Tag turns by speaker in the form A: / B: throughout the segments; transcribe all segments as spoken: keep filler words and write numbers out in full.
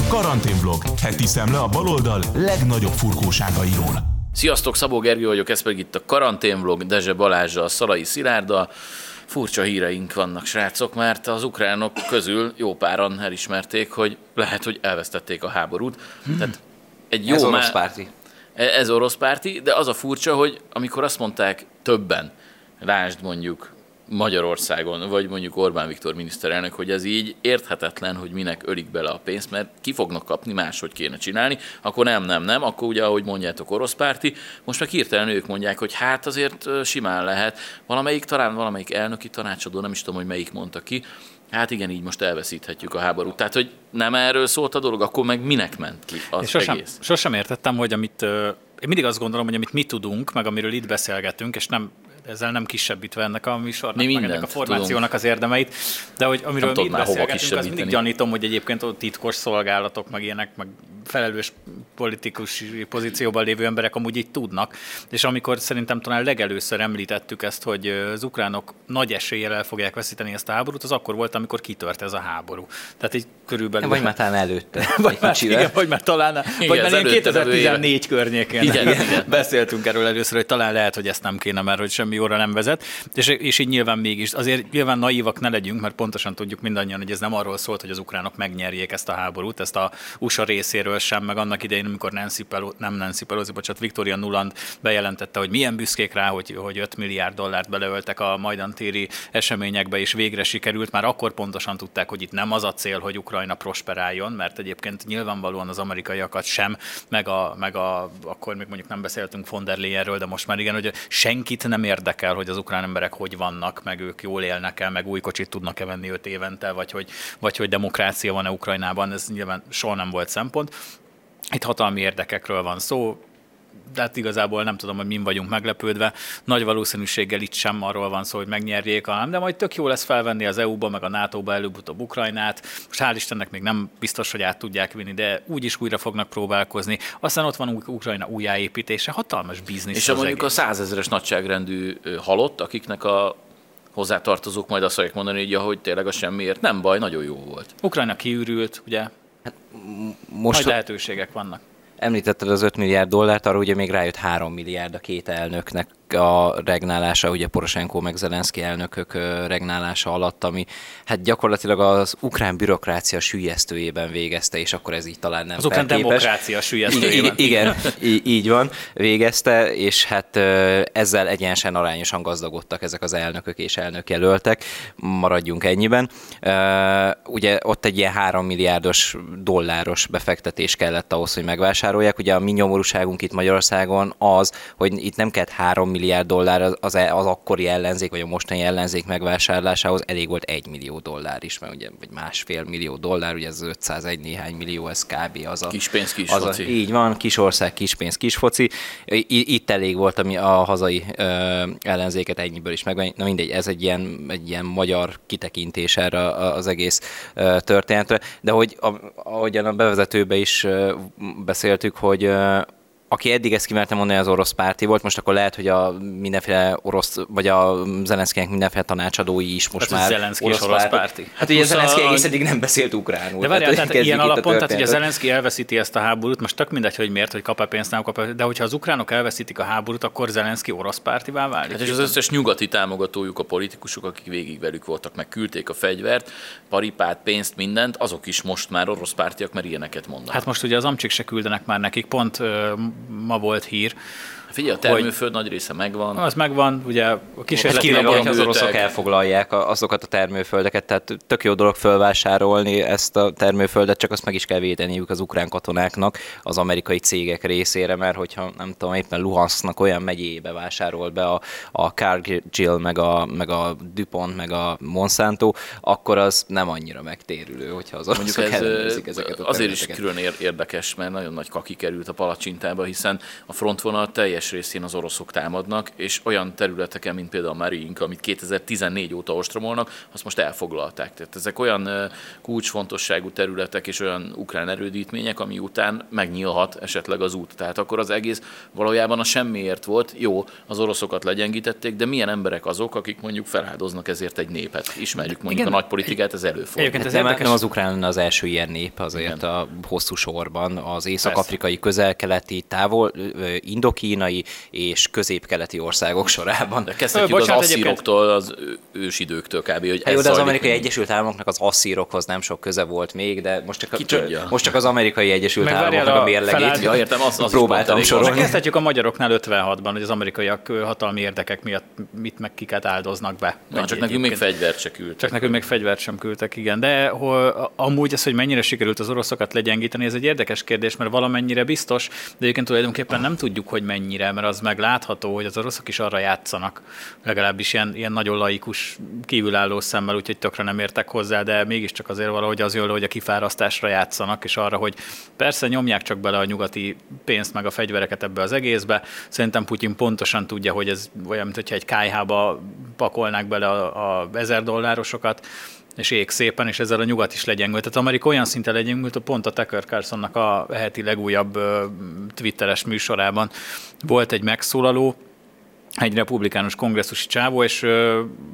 A: Karanténvlog, heti szemle a baloldal legnagyobb furkóságairól.
B: Sziasztok, Szabó Gergő vagyok, ez pedig itt a Karanténvlog, Dezse Balázsral, Szalai Szilárddal. Furcsa híreink vannak, srácok, mert az ukránok közül jó páran elismerték, hogy lehet, hogy elvesztették a háborút.
C: Hmm.
B: Tehát egy jó
C: ez
B: má...
C: orosz párti.
B: Ez orosz párti, de az a furcsa, hogy amikor azt mondták többen, lásd mondjuk Magyarországon, vagy mondjuk Orbán Viktor miniszterelnök, hogy ez így érthetetlen, hogy minek ölik bele a pénzt, mert ki fognak kapni, máshogy kéne csinálni, akkor nem, nem, nem, akkor ugye, ahogy mondjátok, orosz párti, most meg hirtelen ők mondják, hogy hát azért simán lehet, valamelyik, talán valamelyik elnöki tanácsadó, nem is tudom, hogy melyik mondta ki, hát igen, így most elveszíthetjük a háborút. Tehát, hogy nem erről szólt a dolog, akkor meg minek ment ki az
D: sosem,
B: egész?
D: Sosem értettem, hogy amit, én mindig azt gondolom, hogy amit mi tudunk, meg amiről itt beszélgetünk, és nem ezzel nem kisebbítve ennek a műsornak, meg ennek a formációnak tudunk. Az érdemeit, de hogy amiről mi itt beszélgetünk, az mindig gyanítom, hogy egyébként ott titkos szolgálatok, meg ilyenek, meg felelős politikus pozícióban lévő emberek amúgy így tudnak, és amikor szerintem talán legelőször említettük ezt, hogy az ukránok nagy eséllyel el fogják veszíteni ezt a háborút, az akkor volt, amikor kitört ez a háború. Tehát így körülbelül...
C: Vagy már talán előtte.
D: vagy, már, igen, vagy már talán, igen, vagy már ilyen kétezer-tizennégy környékén
B: igen, igen.
D: beszéltünk erről először, hogy talán lehet, hogy ezt nem kéne, mert hogy semmi jóra nem vezet, és, és így nyilván mégis, azért nyilván naívak ne legyünk, mert pontosan tudjuk mindannyian, hogy ez nem arról szólt, hogy az ukránok megnyerjék ezt a háborút, ezt a u es á részéről sem, meg annak idején, amikor Nancy Pelosi, nem Nancy Pelosi, bocsánat, Victoria Nuland bejelentette, hogy milyen büszkék rá, hogy, hogy öt milliárd dollárt beleöltek a Majdan téri eseményekbe, és végre sikerült, már akkor pontosan tudták, hogy itt nem az a cél, hogy Ukrajna prosperáljon, mert egyébként nyilvánvalóan az amerikaiakat sem, meg a, meg a akkor még mondjuk nem beszéltünk von der Leyenről, de most már igen, hogy senkit nem érdekel, hogy az ukrán emberek hogy vannak, meg ők jól élnek el, meg új kocsit tudnak-e venni öt évente, vagy hogy, vagy hogy demokrácia van-e Ukrajnában, ez nyilván soha nem volt szempont. Itt hatalmi érdekekről van szó, de hát igazából nem tudom, hogy min vagyunk meglepődve. Nagy valószínűséggel itt sem arról van szó, hogy megnyerjék, hanem de majd tök jó lesz felvenni az é u-ba, meg a nátóba előbb-utóbb Ukrajnát. Most hál' Istennek még nem biztos, hogy át tudják vinni, de úgyis újra fognak próbálkozni. Aztán ott van Ukrajna újjáépítése, hatalmas biznisz.
B: És a mondjuk egész. A százezeres nagyságrendű halott, akiknek a hozzátartozók majd azt fogják mondani, hogy, ja, hogy tényleg a semmiért nem baj, nagyon jó volt.
D: Ukrajna kiürült, ugye? Hát, most nagy lehetőségek vannak.
C: Említetted az öt milliárd dollárt, arra ugye még rájött három milliárd a két elnöknek a regnálása, ugye Poroshenko meg Zelenszky elnökök regnálása alatt, ami hát gyakorlatilag az ukrán bürokrácia süllyesztőjében végezte, és akkor ez így talán nem
D: az ukrán demokrácia süllyesztőjében.
C: I- igen, í- így van, végezte, és hát ezzel egyenesen arányosan gazdagodtak ezek az elnökök és elnökjelöltek, maradjunk ennyiben. Ugye ott egy ilyen három milliárdos dolláros befektetés kellett ahhoz, hogy megvásárolják. Ugye a mi nyomorúságunk itt Magyarországon az, hogy itt nem kellett három milliárd dollár az, az, az akkori ellenzék, vagy a mostani ellenzék megvásárlásához elég volt egy millió dollár is, mert ugye, vagy másfél millió dollár, ugye ez ötszázegy néhány millió, ez kb. Az a...
B: Kispénz, kis
C: az
B: foci.
C: A, így van, kisország, kispénz, kisfoci. Itt elég volt ami a hazai ö, ellenzéket ennyiből is megvenni. Na mindegy, ez egy ilyen, egy ilyen magyar kitekintés erre az egész ö, történetre. De hogy a, ahogyan a bevezetőben is ö, beszéltük, hogy ö, aki eddig ezt kimerte mondani, az orosz párti volt, most akkor lehet, hogy a mindenféle orosz, vagy a Zelenszkynek mindenféle tanácsadói is most hát, már
D: Zelenszky orosz, orosz párti. párti. Hát,
C: hát ugye Zelenszky egész eddig nem beszélt ukránul.
D: De várjál, tehát, tehát ilyen alapon, tehát hogy a Zelenszky elveszíti ezt a háborút, most tök mindegy, hogy miért, hogy kap-e pénzt, nem kap-e, de hogyha az ukránok elveszítik a háborút, akkor Zelenszky orosz pártivá válik.
B: Hát és az összes nyugati támogatójuk, a politikusok, akik végig velük voltak, meg küldték a fegyvert, paripát, pénzt, mindent, azok is most már orosz pártiak, mert ilyeneket mondanak.
D: Hát most ugye az amcsik se küldenek már nekik, pont ö, ma volt hír.
B: Figyelj, a termőföld nagy része megvan.
D: Az megvan, ugye a kísérleti
C: laborok az oroszok elfoglalják azokat a termőföldeket, tehát tök jó dolog fölvásárolni ezt a termőföldet, csak azt meg is kell védeniük az ukrán katonáknak az amerikai cégek részére, mert hogyha nem tudom, éppen Luhansknak olyan megyébe vásárol be a, a Cargill, meg a, meg a DuPont, meg a Monsanto, akkor az nem annyira megtérülő, hogyha az oroszok
B: ez
C: ellenőrzik ezeket a
B: azért is külön érdekes, mert nagyon nagy kaki került a palacsintába, hiszen a frontvonal teljes teljes részén az oroszok támadnak, és olyan területeken, mint például a Mariinka, amit kétezer-tizennégy óta ostromolnak, azt most elfoglalták. Tehát ezek olyan kulcsfontosságú területek és olyan ukrán erődítmények, ami után megnyílhat esetleg az út. Tehát akkor az egész valójában a semmiért volt. Jó, az oroszokat legyengítették, de milyen emberek azok, akik mondjuk feláldoznak ezért egy népet. Ismerjük mondjuk igen, a nagy politikát, ez előfordul.
C: Ez nem, nem az ukrán lenne az első ilyen nép azért igen. a hosszú sorban. Az észak-afrikai, közel-keleti, távol, indokínai és közép-keleti országok sorában.
B: De kezdhetjük az asszíroktól, az ősidőktől kb. Hogy
C: hát jó, de az Amerikai Egyesült Államoknak az asszírokhoz nem sok köze volt még, de most csak, a, most csak az Amerikai Egyesült Államoknak a mérlegét
B: ja, értem, az, az
C: próbáltam sorolni.
D: Kezdhetjük a magyaroknál ötvenhatban, hogy az amerikaiak hatalmi érdekek miatt mit meg kiket áldoznak be.
B: Na, csak nekünk még fegyvert se küldtek.
D: Csak nekünk még fegyvert sem küldtek, igen. De ho, amúgy az, hogy mennyire sikerült az oroszokat legyengíteni, ez egy érdekes kérdés, mert valamennyire biztos, de egyébként tulajdonképpen nem tudjuk, hogy mennyire, mert az meg látható, hogy az oroszok is arra játszanak, legalábbis ilyen, ilyen nagyon laikus kívülálló szemmel, úgyhogy tökre nem értek hozzá, de mégiscsak azért valahogy az jól, hogy a kifárasztásra játszanak, és arra, hogy persze nyomják csak bele a nyugati pénzt meg a fegyvereket ebbe az egészbe. Szerintem Putyin pontosan tudja, hogy ez olyan, mintha egy kályhába pakolnák bele a, a ezer dollárosokat, és ég szépen, és ezzel a nyugat is legyengült. Tehát Amerika olyan szinten legyengült, hogy pont a Tucker Carlsonnak a heti legújabb uh, twitteres műsorában volt egy megszólaló, egy republikánus kongresszusi csávó, és uh,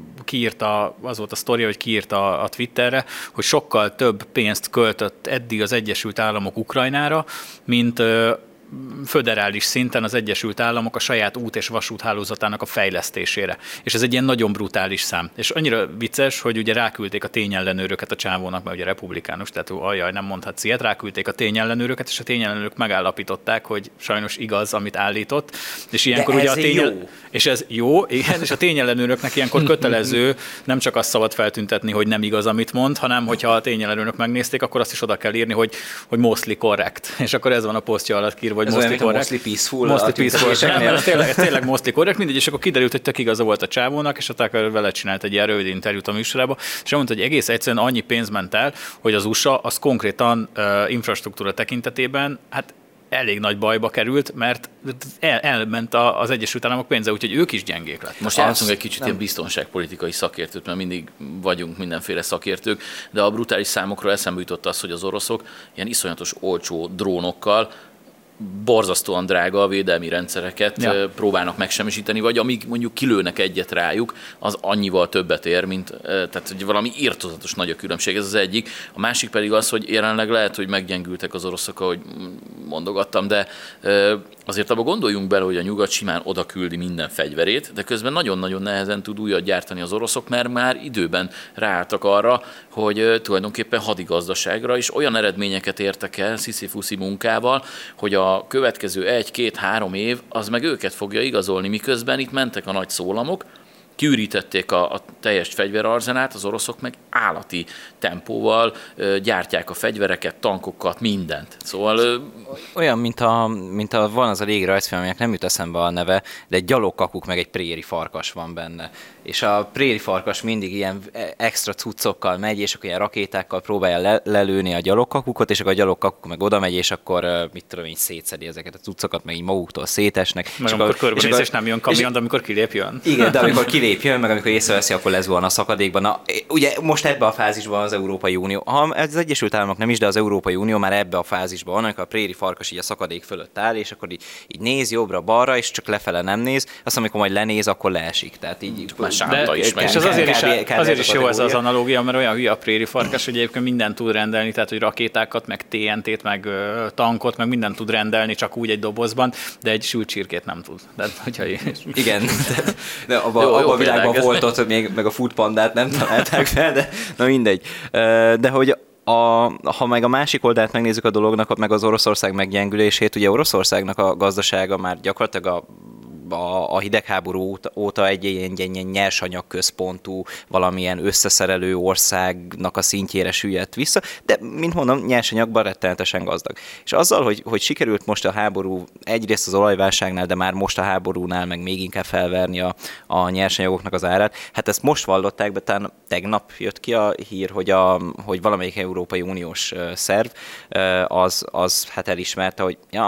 D: kiírta, az volt a sztoria, hogy kiírta a Twitterre, hogy sokkal több pénzt költött eddig az Egyesült Államok Ukrajnára, mint uh, föderális szinten az Egyesült Államok a saját út- és vasúthálózatának a fejlesztésére. És ez egy ilyen nagyon brutális szám. És annyira vicces, hogy ugye ráküldték a tényellenőröket a csávónak, mert ugye republikánus, tehát ajaj, nem mondhatsz ilyet, ráküldték a tényellenőröket, és a tényellenőrök megállapították, hogy sajnos igaz, amit állított. És ilyenkor ugye a tényel... jó. És ez jó, igen, és a tényellenőröknek ilyenkor kötelező, nem csak azt szabad feltüntetni, hogy nem igaz, amit mond, hanem hogyha a tényellenőrök megnézték, akkor azt is oda kell írni, hogy, hogy mostly correct. És akkor ez van a posztja alatt írva, hogy mostly correct.
C: Mostly peaceful.
D: Mostly peaceful. Nem, ez tényleg, ez tényleg mostly correct. Mindegy, és akkor kiderült, hogy tök igaza volt a csávónak, és a Tucker vele csinált egy ilyen rövid interjút a műsorába, és mondta, hogy egész egyszerűen annyi pénz ment el, hogy az u es á az konkrétan uh, infrastruktúra tekintetében, hát elég nagy bajba került, mert el, elment az Egyesült Államok pénze, úgyhogy ők is gyengék lettek.
B: Most játszunk egy kicsit nem. ilyen biztonságpolitikai szakértőt, mert mindig vagyunk mindenféle szakértők, de a brutális számokról eszembe jutott az, hogy az oroszok ilyen iszonyatos olcsó drónokkal borzasztóan drága a védelmi rendszereket ja. próbálnak megsemmisíteni, vagy amíg mondjuk kilőnek egyet rájuk, az annyival többet ér, mint, tehát hogy valami irtózatos nagy a különbség, ez az egyik. A másik pedig az, hogy jelenleg lehet, hogy meggyengültek az oroszok, ahogy mondogattam, de azért abba gondoljunk bele, hogy a nyugat simán oda küldi minden fegyverét, de közben nagyon-nagyon nehezen tud újat gyártani az oroszok, mert már időben ráálltak arra, hogy tulajdonképpen hadigazdaságra is olyan eredményeket értek el sziszifuszi munkával, hogy a következő egy-két-három év az meg őket fogja igazolni, miközben itt mentek a nagy szólamok, kiürítették a, a teljes fegyverarzenát, az oroszok meg állati tempóval ö, gyártják a fegyvereket, tankokat, mindent. Szóval... Ö,
C: olyan, mint a, mint a van az a régi rajzfilm, aminek nem jut eszembe a neve, de egy gyalogkakuk meg egy préri farkas van benne. És a préri farkas mindig ilyen extra cuccokkal megy, és akkor ilyen rakétákkal próbálja le, lelőni a gyalogkakukot, és akkor a gyalogkakuk meg oda megy, és akkor mit tudom én, szétszedi ezeket a cuccokat, meg így maguktól szétesnek.
D: Meg és amikor körbenéz, és nem jön kamion, de amikor kilép jön.
C: Igen, de amikor kilépjön, meg amikor észreveszi, akkor lezuhan a szakadékban. Na, ugye most ebben a fázisban az Európai Unió, ha az Egyesült Államok nem is, de az Európai Unió már ebbe a fázisban van, amikor a préri farkas így a szakadék fölött áll, és akkor így, így néz jobbra-balra, és csak lefele nem néz, azt amikor majd lenéz, akkor leesik. Tehát így
B: sánta is meg.
D: És az azért is, azért is jó ez az analógia, mert olyan hülye a préri farkas, hogy egyébként mindent tud rendelni, tehát hogy rakétákat, meg té en té-t, meg uh, tankot, meg mindent tud rendelni, csak úgy egy dobozban, de egy sült csirkét nem tud. De, hogyha
C: igen, de abban abba a világban volt ott, hogy még meg a Food Pandát nem találták fel, de na mindegy. De hogy A, ha meg a másik oldalt megnézzük a dolognak, meg az Oroszország meggyengülését, ugye Oroszországnak a gazdasága már gyakorlatilag a a hidegháború óta, óta egy ilyen, ilyen nyersanyag központú, valamilyen összeszerelő országnak a szintjére süllyedt vissza, de, mint mondom, nyersanyagban rettenetesen gazdag. És azzal, hogy, hogy sikerült most a háború, egyrészt az olajválságnál, de már most a háborúnál meg még inkább felverni a, a nyersanyagoknak az árát, hát ezt most vallották be, talán tegnap jött ki a hír, hogy, a, hogy valamelyik Európai Uniós szerv az, az hát elismerte, hogy ja, amúgy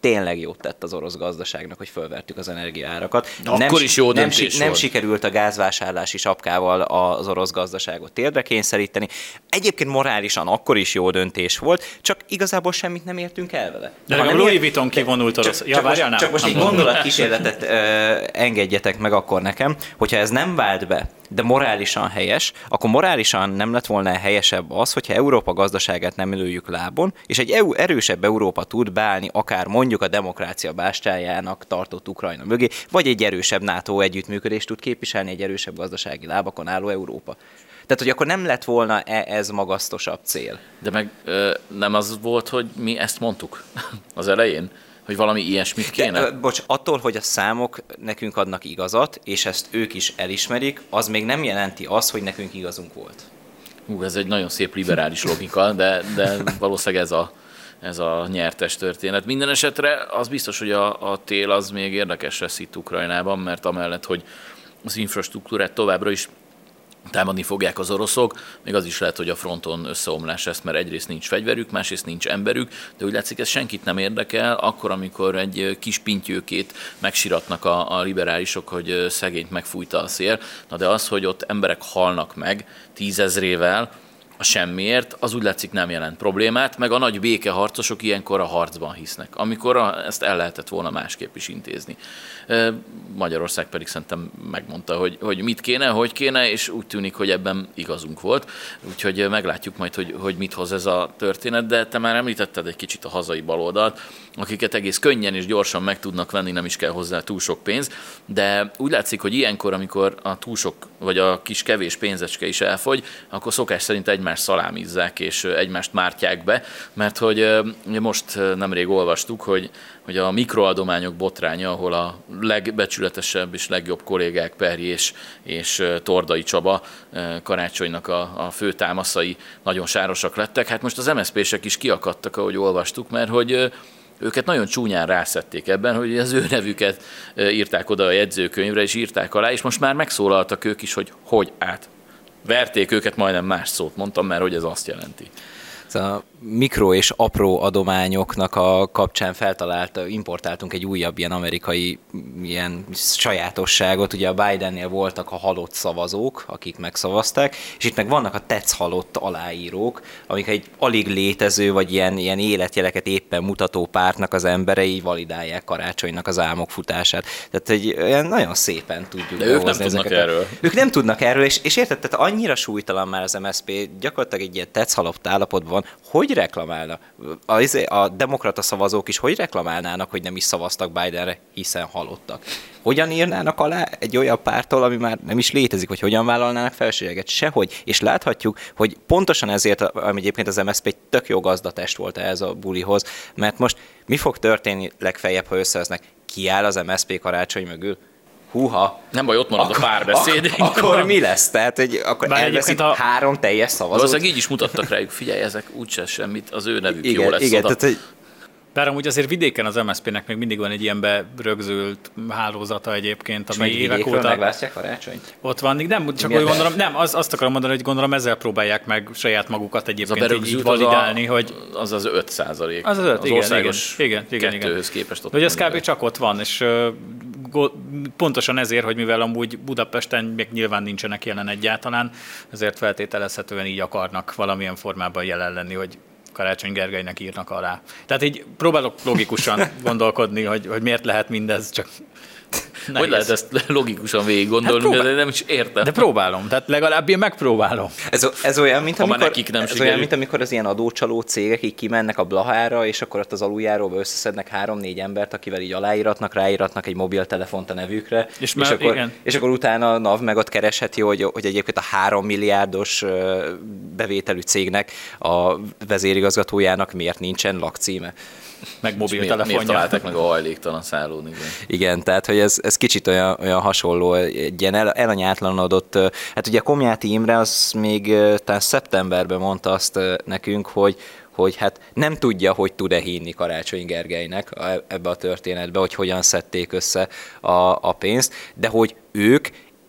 C: tényleg jót tett az orosz gazdaságnak, hogy fölvertük az energiaárakat.
B: Akkor
C: nem,
B: is jó
C: nem,
B: döntés
C: nem
B: volt.
C: sikerült a gázvásárlási sapkával az orosz gazdaságot térdre kényszeríteni. Egyébként morálisan akkor is jó döntés volt, csak igazából semmit nem értünk el vele.
D: De a Louis Vuitton kivonult orosz.
C: Csak,
D: Ja,
C: csak,
D: várjál,
C: most, csak most egy gondolatkísérletet uh, engedjetek meg akkor nekem, hogyha ez nem vált be, de morálisan helyes, akkor morálisan nem lett volna helyesebb az, hogyha Európa gazdaságát nem lőjük lábon, és egy EU, erősebb Európa tud beállni akár mondjuk a demokrácia bástyájának tartott Ukrajna mögé, vagy egy erősebb NATO együttműködést tud képviselni egy erősebb gazdasági lábakon álló Európa. Tehát, hogy akkor nem lett volna ez magasztosabb cél.
B: De meg ö, nem az volt, hogy mi ezt mondtuk az elején? Hogy valami ilyesmit kéne?
C: De, bocs, attól, hogy a számok nekünk adnak igazat, és ezt ők is elismerik, az még nem jelenti azt, hogy nekünk igazunk volt.
B: Hú, ez egy nagyon szép liberális logika, de, de valószínűleg ez a, ez a nyertes történet. Minden esetre az biztos, hogy a, a tél az még érdekes lesz itt Ukrajnában, mert amellett, hogy az infrastruktúrát továbbra is támadni fogják az oroszok, még az is lehet, hogy a fronton összeomlás lesz, mert egyrészt nincs fegyverük, másrészt nincs emberük, de úgy látszik, ez senkit nem érdekel, akkor, amikor egy kis pintyőkét megsiratnak a, a liberálisok, hogy szegényt megfújta a szél, na de az, hogy ott emberek halnak meg tízezrével, a semmiért, az úgy látszik nem jelent problémát, meg a nagy békeharcosok ilyenkor a harcban hisznek, amikor a, ezt el lehetett volna másképp is intézni. Magyarország pedig szerintem megmondta, hogy, hogy mit kéne, hogy kéne, és úgy tűnik, hogy ebben igazunk volt. Úgyhogy meglátjuk majd, hogy, hogy mit hoz ez a történet, de te már említetted egy kicsit a hazai baloldalt, akiket egész könnyen és gyorsan meg tudnak venni, nem is kell hozzá túl sok pénz, de úgy látszik, hogy ilyenkor, amikor a túl sok, vagy a kis kevés pénzecske is elfogy, akkor szokás szerint egymást szalámizzák és egymást mártják be, mert hogy most nemrég olvastuk, hogy, hogy a mikroadományok botránya, ahol a legbecsületesebb és legjobb kollégák Perry és, és Tordai Csaba Karácsonynak a, a fő támaszai nagyon sárosak lettek. Hát most az em es zé pések is kiakadtak, ahogy olvastuk, mert hogy őket nagyon csúnyán rászették ebben, hogy az ő nevüket írták oda a jegyzőkönyvre, és írták alá, és most már megszólaltak ők is, hogy hogy át. Verték őket, majdnem más szót mondtam, mert hogy ez azt jelenti.
C: A mikro és apró adományoknak a kapcsán feltalálta, importáltunk egy újabb ilyen amerikai ilyen sajátosságot. Ugye a Bidennél voltak a halott szavazók, akik megszavazták, és itt meg vannak a tetsz halott aláírók, amik egy alig létező, vagy ilyen, ilyen életjeleket éppen mutató pártnak az emberei validálják Karácsonynak az álmok futását. Tehát egy olyan nagyon szépen tudjuk.
B: De ők nem tudnak erről.
C: A... Ők nem tudnak erről, és, és érted, tehát annyira súlytalan már az em es zé pé, gyakorlatilag egy ilyen tetsz halott állapotban, hogy reklamálna? A, a demokrata szavazók is hogy reklamálnának, hogy nem is szavaztak Bidenre, hiszen halottak? Hogyan írnának alá egy olyan pártól, ami már nem is létezik, hogy hogyan vállalnának felséget? Sehogy. És láthatjuk, hogy pontosan ezért, ami egyébként az em es zé pé egy tök jó gazdatest volt ez a bulihoz, mert most mi fog történni legfeljebb, ha összehoznak? Kiáll az em es zé pé Karácsony mögül? Húha!
B: Nem baj, ott marad akkor, a párbeszéd.
C: Ak- akkor mi lesz? Tehát, hogy akkor
D: Bár
C: elveszik a... három teljes szavazót?
B: Valószínűleg így is mutattak rájuk, figyelj, ezek úgyse semmit, az ő nevük
C: igen,
B: jó lesz
C: igen,
B: oda.
C: Tehát, hogy...
D: Bár amúgy azért vidéken az em es zé pének még mindig van egy ilyen berögzült hálózata egyébként, ami
C: és
D: évek óta...
C: megválasztják Karácsonyt?
D: Ott van, nem, csak úgy gondolom, nem, az, azt akarom mondani, hogy gondolom ezzel próbálják meg saját magukat egyébként így, így validálni,
B: az a,
D: hogy...
B: Az az öt százalék.
D: Az az öt,
B: az
D: igen,
B: országos
D: igen, igen,
B: kettőhöz képest ott.
D: Hogy ez kb. Csak ott van, és uh, pontosan ezért, hogy mivel amúgy Budapesten még nyilván nincsenek jelen egyáltalán, ezért feltételezhetően így akarnak valamilyen formában jelen lenni, hogy Karácsony Gergelynek írnak alá. Tehát így próbálok logikusan gondolkodni, hogy, hogy miért lehet mindez, csak
B: Hogy nehéz. Lehet ezt logikusan végig gondolni, hát de nem is értem.
D: De próbálom, tehát legalább én megpróbálom.
C: Ez, ez, olyan, mint amikor,
B: nem
C: ez olyan, mint amikor az ilyen adócsaló cégek így kimennek a Blahára, és akkor ott az aluljáróba összeszednek három-négy embert, akivel így aláíratnak, ráíratnak egy mobiltelefont a nevükre, és, és, már, akkor, és akkor utána a NAV meg ott keresheti, hogy, hogy egyébként a három milliárdos bevételű cégnek a vezérigazgatójának miért nincsen lakcíme.
D: Meg mobiltelefonja.
B: Miért, miért találták meg a hajléktalan szállón? Igen.
C: Igen, tehát hogy ez, ez kicsit olyan, olyan hasonló, egy ilyen el, elanyátlanodott, hát ugye Komjáti Imre az még talán szeptemberben mondta azt nekünk, hogy, hogy hát nem tudja, hogy tud-e hinni Karácsony Gergelynek ebbe a történetbe, hogy hogyan szedték össze a, a pénzt, de hogy ők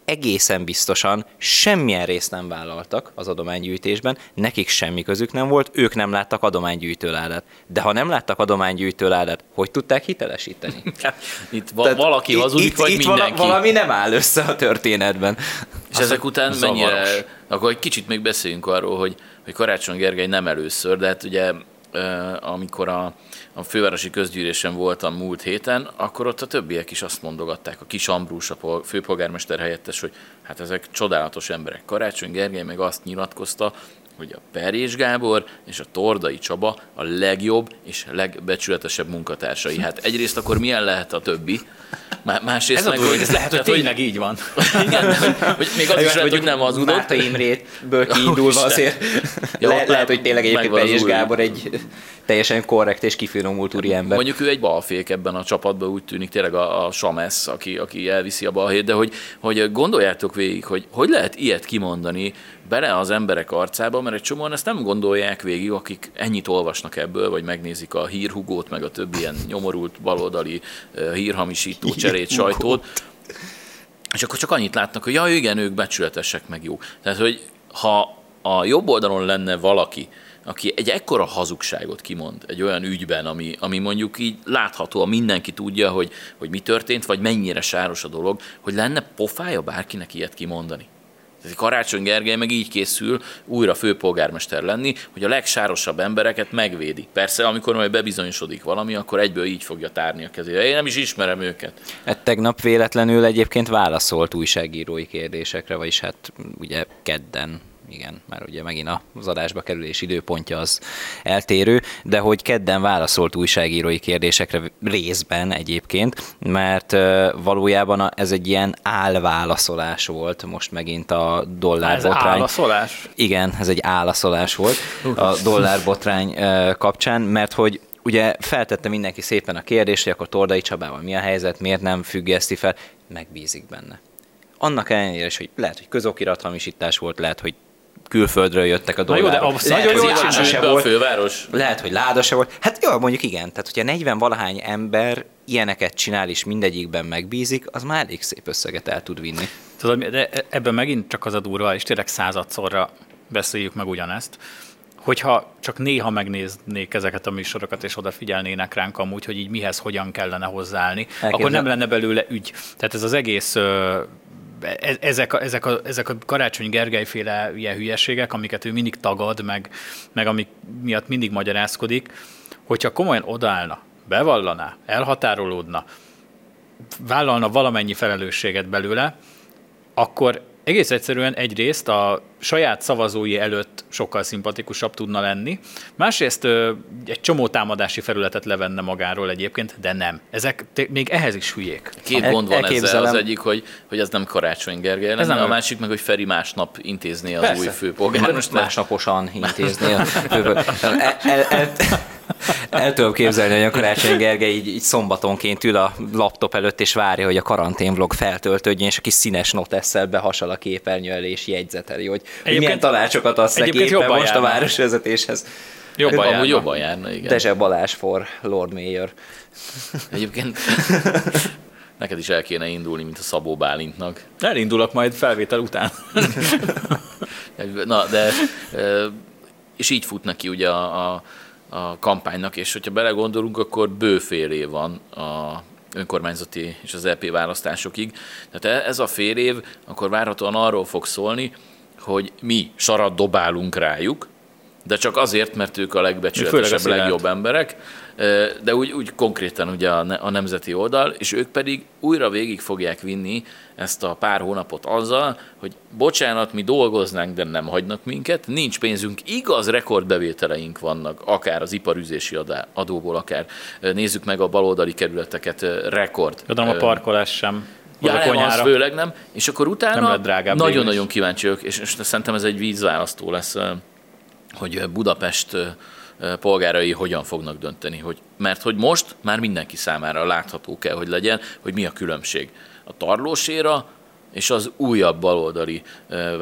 C: egészen biztosan semmilyen részt nem vállaltak az adománygyűjtésben, nekik semmi közük nem volt, ők nem láttak adománygyűjtőládát. De ha nem láttak adománygyűjtőládát, hogy tudták hitelesíteni?
B: Itt va- valaki hazudik,
C: itt,
B: vagy
C: itt
B: mindenki?
C: Valami nem áll össze a történetben.
B: És az ezek után zavaros. Mennyire... Akkor egy kicsit még beszéljünk arról, hogy, hogy Karácsony Gergely nem először, de hát ugye amikor a, a fővárosi közgyűlésen voltam múlt héten, akkor ott a többiek is azt mondogatták, a Kis Ambrus, a főpolgármester helyettes, hogy hát ezek csodálatos emberek. Karácsony Gergely meg azt nyilatkozta, hogy a Perjés Gábor és a Tordai Csaba a legjobb és legbecsületesebb munkatársai. Hát egyrészt akkor milyen lehet a többi? Másrészt
D: ez meg, a dolog, ez lehet, hogy tényleg így van.
B: Igen, hogy, hogy még az is lehet, hogy nem hazudott.
C: Márta Imrétből kiindulva azért ja, le, lehet, hogy tényleg egyébként Perjés Gábor egy teljesen korrekt és kifinomult úriember.
B: Mondjuk ő egy balfék ebben a csapatban, úgy tűnik tényleg a, a Samesz, aki, aki elviszi a balhét, de hogy, hogy gondoljátok végig, hogy hogy lehet ilyet kimondani bele az emberek arcába, mert egy csomóan ezt nem gondolják végig, akik ennyit olvasnak ebből, vagy megnézik a hírhugót, meg a többi ilyen nyomorult baloldali uh, hírhamisító cserét sajtót, és akkor csak annyit látnak, hogy ja, igen, ők becsületesek, meg jó. Tehát, hogy ha a jobb oldalon lenne valaki, aki egy ekkora hazugságot kimond egy olyan ügyben, ami, ami mondjuk így láthatóan mindenki tudja, hogy, hogy mi történt, vagy mennyire sáros a dolog, hogy lenne pofája bárkinek ilyet kimondani. Tehát Karácsony Gergely meg így készül újra főpolgármester lenni, hogy a legsárosabb embereket megvédi. Persze, amikor majd bebizonyosodik valami, akkor egyből így fogja tárni a kezére. Én nem is ismerem őket.
C: Hát tegnap véletlenül egyébként válaszolt újságírói kérdésekre, vagyis hát ugye kedden. Igen, már ugye megint az adásba kerülés időpontja az eltérő, de hogy kedden válaszolt újságírói kérdésekre részben egyébként, mert valójában ez egy ilyen álválaszolás volt most megint a dollárbotrány. Ez
D: állaszolás?
C: Igen, ez egy állaszolás volt a dollárbotrány kapcsán, mert hogy ugye feltette mindenki szépen a kérdést, hogy akkor Tordai Csabával mi a helyzet, miért nem függeszti fel, megbízik benne. Annak ellenére is, hogy lehet, hogy közokirathamisítás volt, lehet, hogy külföldről jöttek a dollárok.
D: Na jó, de nagyon jól
B: csinálja a főváros.
C: Lehet, hogy láda se volt. Hát jó, mondjuk igen. Tehát, hogyha negyven-valahány ember ilyeneket csinál, és mindegyikben megbízik, az már elég szép összeget el tud vinni.
D: Tudom, de ebben megint csak az a durva, és tényleg századszorra beszéljük meg ugyanezt, hogyha csak néha megnéznék ezeket a műsorokat, és odafigyelnének ránk amúgy, hogy így mihez, hogyan kellene hozzáállni, Elképzel. akkor nem lenne belőle ügy. Tehát ez az egész... Ezek a, ezek, a, ezek a Karácsony Gergely-féle ilyen hülyeségek, amiket ő mindig tagad, meg, meg amik miatt mindig magyarázkodik, hogyha komolyan odaállna, bevallaná, elhatárolódna, vállalna valamennyi felelősséget belőle, akkor egész egyszerűen egyrészt a saját szavazói előtt sokkal szimpatikusabb tudna lenni, másrészt egy csomó támadási felületet levenne magáról egyébként, de nem. Ezek még ehhez is hülyék.
B: Két gond van ezzel. Az egyik, hogy, hogy az nem Karácsony Gergely lenne, a másik meg, hogy Feri másnap intézné az Persze. új főpolgármester.
C: Másnaposan intézné a főpolgármester. El, el, el, el tudom képzelni, hogy a Karácsony Gergely így, így szombatonként ül a laptop előtt, és várja, hogy a karanténvlog feltöltődjön, és a kis színes notesszel behasal a képernyő elé, és jegyzeteli, hogy milyen tanácsokat adsz neki éppen most járna. A városvezetéshez.
B: Jobban járna. jobban járna, igen.
C: Dezse Balázs for Lord Mayor.
B: Egyébként neked is el kéne indulni, mint a Szabó Bálintnak.
D: Elindulok majd felvétel után.
B: Na, de és így fut neki ugye a, a, a kampánynak, és hogyha belegondolunk, akkor bő fél év van a önkormányzati és az é pé választásokig. Tehát ez a fél év akkor várhatóan arról fog szólni, hogy mi sarat dobálunk rájuk, de csak azért, mert ők a legbecsületesebb, legjobb emberek, de úgy, úgy konkrétan ugye a nemzeti oldal, és ők pedig újra végig fogják vinni ezt a pár hónapot azzal, hogy bocsánat, mi dolgoznánk, de nem hagynak minket, nincs pénzünk, igaz, rekordbevételeink vannak, akár az iparűzési adóból, akár nézzük meg a baloldali kerületeket, rekord.
D: Tudom, a parkolás sem.
B: Ja, nem, az főleg nem. És akkor utána nagyon-nagyon kíváncsi vagyok, és, és szerintem ez egy vízválasztó lesz, hogy Budapest polgárai hogyan fognak dönteni. Hogy, mert hogy most már mindenki számára látható kell, hogy legyen, hogy mi a különbség. A tarlóséra és az újabb baloldali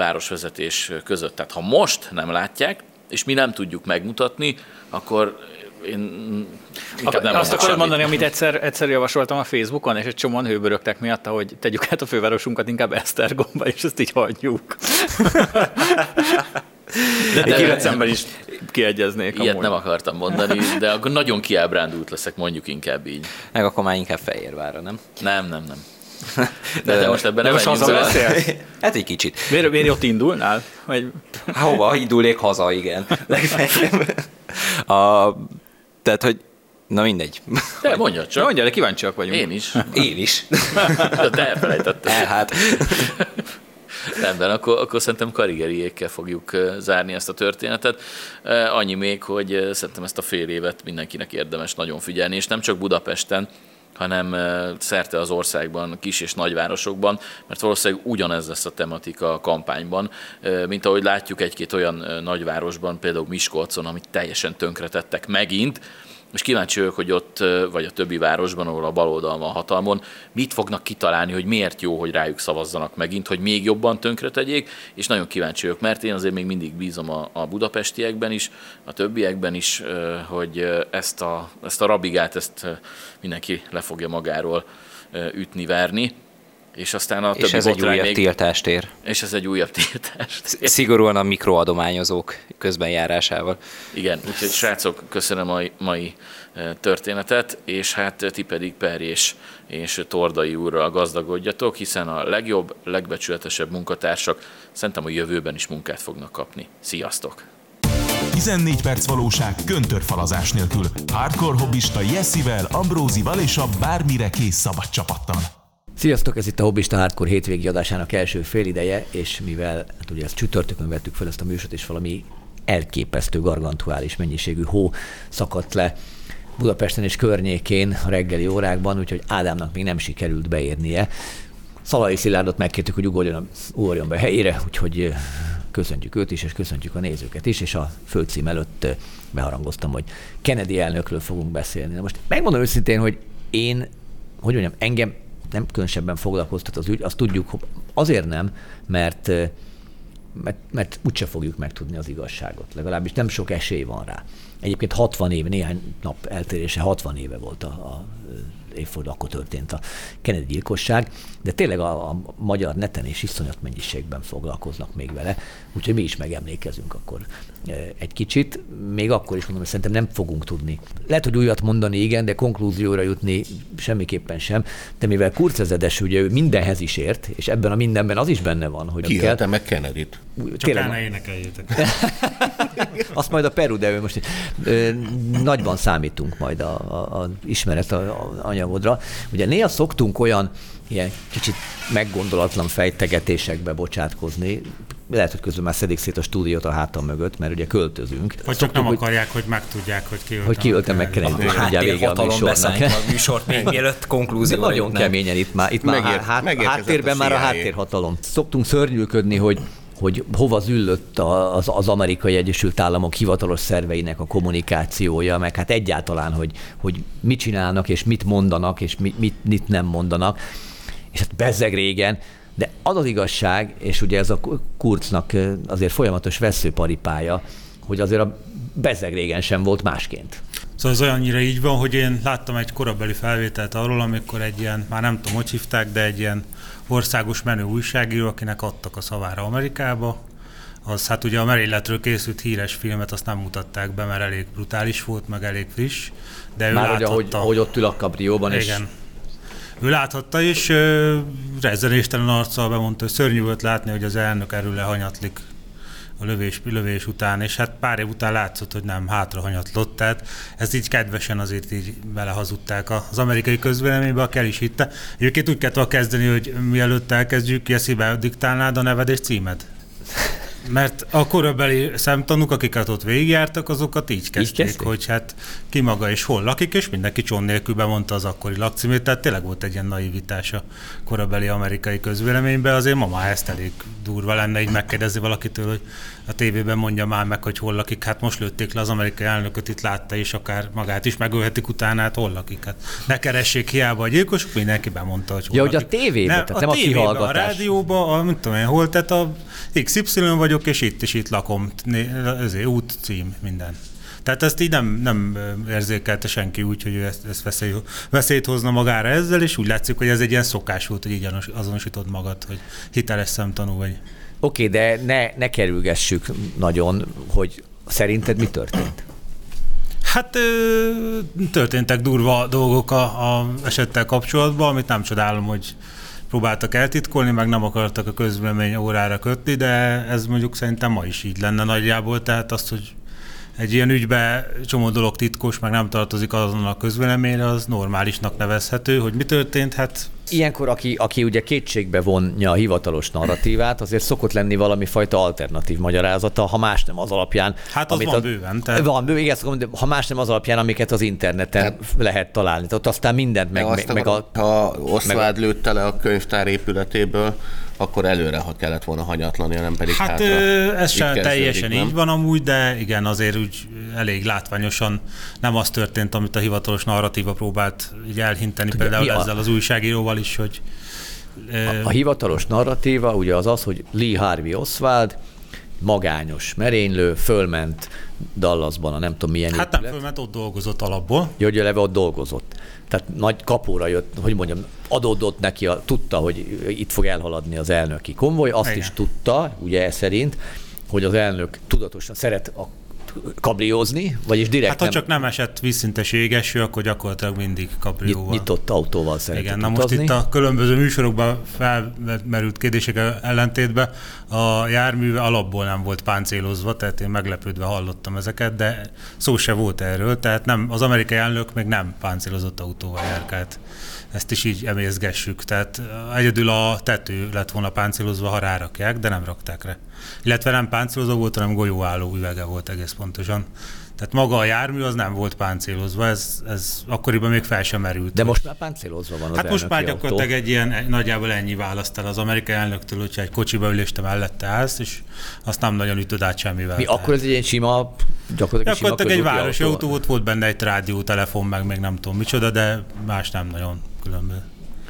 B: városvezetés között. Tehát ha most nem látják, és mi nem tudjuk megmutatni, akkor én inkább nem
D: azt akarod
B: semmit.
D: mondani, amit egyszer, egyszer javasoltam a Facebookon, és egy csomóan hőbörögtek miatt, hogy tegyük át a fővárosunkat inkább Esztergomba, és ezt így hagyjuk. De kilenc ember is kiegyeznék.
B: Ilyet
D: amúgy.
B: nem akartam mondani, de akkor nagyon kiábrándult leszek, mondjuk inkább így.
C: Meg akkor már inkább Fehérvárra, nem?
B: Nem, nem, nem. De, de most ebben
D: de
B: nem
D: most haza beszél?
C: Hát egy kicsit.
D: Miért, miért ott indulnál? Vagy...
C: Hova indulnék haza, igen. A, tehát, hogy na mindegy.
B: De mondjad csak.
D: Mondja, de kíváncsiak vagyunk.
B: Én is.
C: Én is.
B: De elfelejtettem.
C: El, hát.
B: Rendben, akkor, akkor szerintem karigeriékkel fogjuk zárni ezt a történetet. Annyi még, hogy szerintem ezt a fél évet mindenkinek érdemes nagyon figyelni, és nem csak Budapesten, hanem szerte az országban, kis- és nagyvárosokban, mert valószínűleg ugyanez lesz a tematika a kampányban, mint ahogy látjuk egy-két olyan nagyvárosban, például Miskolcon, amit teljesen tönkretettek megint, és kíváncsi vagyok, hogy ott, vagy a többi városban, ahol a baloldal van hatalmon, mit fognak kitalálni, hogy miért jó, hogy rájuk szavazzanak megint, hogy még jobban tönkretegyék, és nagyon kíváncsi vagyok, mert én azért még mindig bízom a, a budapestiekben is, a többiekben is, hogy ezt a, ezt a rabigát, ezt mindenki le fogja magáról ütni, verni. És aztán a
C: és
B: többi
C: ez egy
B: botrány
C: újabb
B: még...
C: tiltást ér.
B: És ez egy újabb tiltást ér.
C: Szigorúan a mikroadományozók közbenjárásával.
B: Igen, úgyhogy srácok, köszönöm a mai történetet, és hát ti pedig Perjés és Tordai úrral gazdagodjatok, hiszen a legjobb, legbecsületesebb munkatársak szerintem a jövőben is munkát fognak kapni. Sziasztok!
A: tizennégy perc valóság köntörfalazás nélkül. Hardcore hobbista Jessivel, Ambrózival és a bármire kész szabad csapattal.
E: Sziasztok, ez itt a Hobbista Hardcore hétvégi adásának első félideje, és mivel hát ugye ezt csütörtökön vettük fel ezt a műsort, és valami elképesztő gargantuális mennyiségű hó szakadt le Budapesten és környékén a reggeli órákban, úgyhogy Ádámnak még nem sikerült beérnie. Szalai Szilárdot megkértük, hogy ugorjon, ugorjon be helyére, úgyhogy köszöntjük őt is, és köszöntjük a nézőket is, és a főcím előtt beharangoztam, hogy Kennedy elnökről fogunk beszélni. Na most megmondom őszintén, hogy én, hogy mondjam, engem nem különösebben foglalkoztat az ügy, azt tudjuk, hogy azért nem, mert, mert, mert úgyse fogjuk megtudni az igazságot. Legalábbis nem sok esély van rá. Egyébként hatvan éve, néhány nap eltérése hatvan éve volt a, a évforduló, akkor történt a Kennedy gyilkosság, de tényleg a, a magyar neten és iszonyat mennyiségben foglalkoznak még vele, úgyhogy mi is megemlékezünk akkor egy kicsit. Még akkor is mondom, hogy szerintem nem fogunk tudni. Lehet, hogy újat mondani, igen, de konklúzióra jutni semmiképpen sem, de mivel Kurzezedes ugye ő mindenhez is ért, és ebben a mindenben az is benne van, hogy
F: ki kell... meg Kennedyt.
G: Csak el ne énekeljétek.
E: Azt majd a Peru, de ő most ö, nagyban számítunk majd a, a, a ismeret a, a anyagodra. Ugye néha szoktunk olyan ilyen kicsit meggondolatlan fejtegetésekbe bocsátkozni. Lehet, hogy közben már szedik szét a stúdiót a hátam mögött, mert ugye költözünk.
G: Vagy csak nem akarják, hogy megtudják, hogy ki
E: Hogy ki öltem meg Kennedy, és ugye vége a műsornak.
C: A műsort még mielőtt konklúzióra
E: nagyon
C: jutnánk.
E: keményen itt már, itt már
F: Megért,
E: hát, háttérben
F: a
E: már a
F: C I A.
E: háttérhatalom. Szoktunk szörnyűködni, hogy hogy hova züllött az, az Amerikai Egyesült Államok hivatalos szerveinek a kommunikációja, meg hát egyáltalán, hogy, hogy mit csinálnak, és mit mondanak, és mit, mit, mit nem mondanak. És hát bezzeg régen, de az az igazság, és ugye ez a Kurznak azért folyamatos vesszőparipája, hogy azért a bezzeg régen sem volt másként.
G: Szóval ez olyannyira így van, hogy én láttam egy korabeli felvételt arról, amikor egy ilyen, már nem tudom, hogy hívták, de egy ilyen országos menő újságíró, akinek adtak a szavára Amerikába, az hát ugye a merényletről készült híres filmet azt nem mutatták be, mert elég brutális volt, meg elég friss, de ő
E: már
G: láthatta.
E: ahogy, ahogy ott ül a kabrióban, és...
G: Igen. Ő láthatta, és rezzenéstelen arccal bemondta, hogy szörnyű volt látni, hogy az elnök erről lehanyatlik a lövés, lövés után, és hát pár év után látszott, hogy nem, hátra hanyatlott, tehát ezt így kedvesen azért így belehazudták az amerikai közvéleménybe, aki el is hitte. Egyébként úgy kellett kezdeni, hogy mielőtt elkezdjük, Jessibe diktálnád a neved és címed. Mert a korabeli szemtanúk, akiket ott végigjártak, azokat így kezdték, így hogy hát ki maga és hol lakik, és mindenki csont nélkül bemondta az akkori lakcímét, tehát tényleg volt egy ilyen naivitás a korabeli amerikai közvéleményben, azért ma már ezt elég durva lenne így megkérdezni valakitől, hogy a tévében mondja már meg, hogy hol lakik, hát most lőtték le az amerikai elnököt, itt látta, és akár magát is megölhetik utána, hát hol lakik, hát ne keressék hiába a gyilkosok, mindenki bemondta, hogy hol
E: ja,
G: lakik.
E: hogy a tévében,
G: nem,
E: tehát nem a,
G: a
E: kihallgatás.
G: A rádióban, a, mint tudom én, hol, tehát a iksz ipszilon vagyok, és itt is itt lakom, ezért út, cím, minden. Tehát ezt így nem, nem érzékelte senki úgy, hogy ő ezt, ezt veszély, veszélyt hozna magára ezzel, és úgy látszik, hogy ez egy ilyen szokás volt, hogy így azonosítod magad, hogy hiteles szemtanú vagy.
E: Oké, okay, de ne, ne kerülgessük nagyon, hogy szerinted mi történt?
G: Hát történtek durva dolgok a, a esettel kapcsolatban, amit nem csodálom, hogy próbáltak eltitkolni, meg nem akartak a közvélemény órára kötni, de ez mondjuk szerintem ma is így lenne nagyjából, tehát az, hogy egy ilyen ügyben csomó dolog titkos, meg nem tartozik azon a közvéleményre, az normálisnak nevezhető, hogy mi történt, hát...
E: Ilyenkor, aki, aki ugye kétségbe vonja a hivatalos narratívát, azért szokott lenni valami fajta alternatív magyarázata, ha más nem az alapján...
G: Hát az
E: amit
G: van
E: a,
G: bőven. Tehát...
E: Van bőven, igen, de ha más nem az alapján, amiket az interneten hát, lehet találni. Tehát aztán mindent meg... meg, meg a,
F: ha Oswald
E: meg...
F: lőtte le a könyvtár épületéből, akkor előre ha kellett volna hanyatlani, nem pedig
G: hát
F: hátra.
G: Ez sem teljesen
F: nem?
G: így van amúgy, de igen, azért úgy elég látványosan nem az történt, amit a hivatalos narratíva próbált így elhinteni, ugye, például ezzel az újságíróval is, hogy...
E: A, a hivatalos narratíva ugye az az, hogy Lee Harvey Oswald magányos merénylő, fölment Dallasban a nem tudom milyen
G: Hát
E: épület.
G: nem fölment, ott dolgozott alapból.
E: Jó, hogy eleve ott dolgozott. Tehát nagy kapóra jött, hogy mondjam, adódott neki, a, tudta, hogy itt fog elhaladni az elnöki konvoj, azt Igen. is tudta, ugye ez szerint, hogy az elnök tudatosan szeret a kabriózni, vagyis direkt
G: Hát ha
E: nem...
G: csak nem esett vízszintes égeső, akkor gyakorlatilag mindig kabrióval.
E: Nyitott autóval szeretett
G: Igen, na
E: utazni.
G: most itt a különböző műsorokban felmerült kérdések ellentétben a járműve alapból nem volt páncélozva, tehát én meglepődve hallottam ezeket, de szó se volt erről, tehát nem, az amerikai elnök még nem páncélozott autóval járkált. Ezt is így emészgessük, tehát egyedül a tető lett volna páncélozva, ha rárakják, de nem rakták rá. Illetve nem páncélozva volt, hanem golyóálló üvege volt egész pontosan. Tehát maga a jármű az nem volt páncélozva, ez, ez akkoriban még fel sem merült.
E: De most már páncélozva van az
G: Hát most már gyakorlatilag
E: autó.
G: egy ilyen, nagyjából ennyi választ el az amerikai elnöktől, hogyha egy kocsiba ülés, te mellette állsz, és azt nem nagyon ütöd át semmivel.
E: Mi
G: tehát.
E: akkor ez egy ilyen sima, gyakorlatilag sima
G: Gyakorlatilag egy városi
E: autó.
G: autó volt, volt benne egy rádió, telefon, meg még nem tudom micsoda, de más nem nagyon különböző.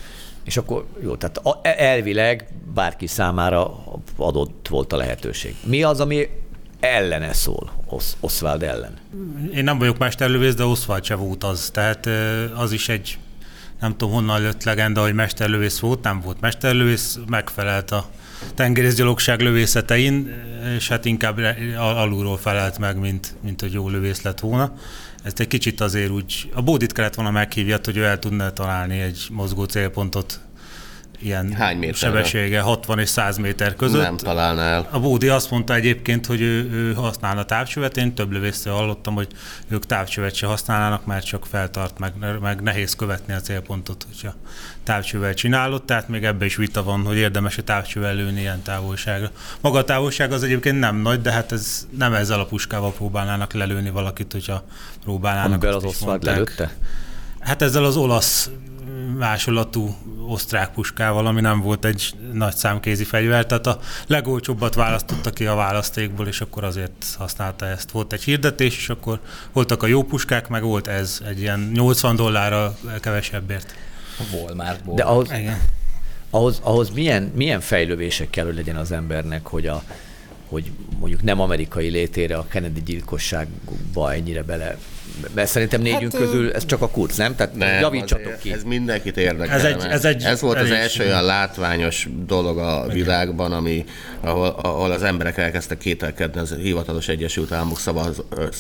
E: És akkor jó, tehát elvileg bárki számára adott volt a lehetőség. Mi az, ami ellene szól, Os- Oswald ellen?
G: Én nem vagyok mesterlövész, de Oswald se volt az. Tehát az is egy, nem tudom honnan jött legenda, hogy mesterlövész volt, nem volt mesterlövész, megfelelt a tengerészgyalogság lövészetein, és hát inkább alulról felelt meg, mint, mint hogy jó lövész lett volna. Ezt egy kicsit azért úgy, a Bódit kellett volna meghívni, hogy ő el tudna találni egy mozgó célpontot ilyen sebessége hatvan és száz méter között.
F: Nem találná el.
G: A Bódi azt mondta egyébként, hogy ő, ő használna távcsövet, én több lövésztől hallottam, hogy ők távcsövet se használnának, mert csak feltart, meg, meg nehéz követni a célpontot, hogyha távcsövel csinálod, tehát még ebbe is vita van, hogy érdemes a távcsövel lőni ilyen távolságra. Maga a távolság az egyébként nem nagy, de hát ez nem ezzel a puskával próbálnának lelőni valakit, hogyha próbálnának.
E: Amivel az Oswald lelőtte?
G: Hát ezzel az olasz másolatú osztrák puskával, ami nem volt egy nagy számkézi fegyver, tehát a legolcsóbbat választotta ki a választékból, és akkor azért használta ezt. Volt egy hirdetés, és akkor voltak a jó puskák, meg volt ez egy ilyen nyolcvan dollárra kevesebbért.
C: Vol már, vol.
E: De ahhoz,
G: Igen.
E: ahhoz, ahhoz milyen, milyen fejlővések kell, hogy legyen az embernek, hogy, a, hogy mondjuk nem amerikai létére a Kennedy gyilkosságba ennyire bele... Mert szerintem négyünk hát, közül ez csak a kurz, nem? Tehát nem, javítsatok ki.
F: Ez mindenkit érdekel.
G: Ez, egy, ez, egy
F: ez volt az első
G: is.
F: olyan látványos dolog a világban, ami, ahol, ahol az emberek elkezdtek kételkedni az hivatalos Egyesült Államok szava,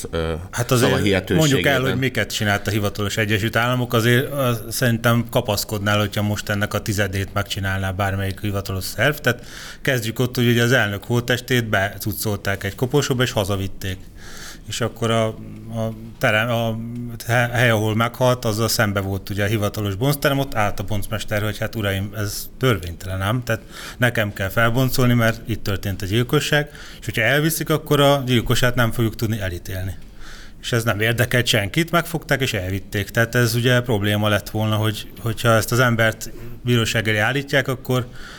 G: hát azért
F: szavahihetőségében.
G: Mondjuk el, hogy miket csinált a hivatalos Egyesült Államok, azért az, szerintem kapaszkodnál, hogyha most ennek a tizedét megcsinálná bármelyik hivatalos szerv. Tehát kezdjük ott, hogy ugye az elnök holttestét becuccolták egy koporsóba, és hazavitték. És akkor a, a, terem, a hely, ahol meghalt, azzal szembe volt ugye a hivatalos boncterem, ott állt a boncmester, hogy hát uraim, ez törvénytelen, ám, tehát nekem kell felboncolni, mert itt történt a gyilkosság, és hogyha elviszik, akkor a gyilkosát nem fogjuk tudni elítélni. És ez nem érdekelt senkit, megfogták és elvitték. Tehát ez ugye probléma lett volna, hogy, hogyha ezt az embert bíróság elé állítják, akkor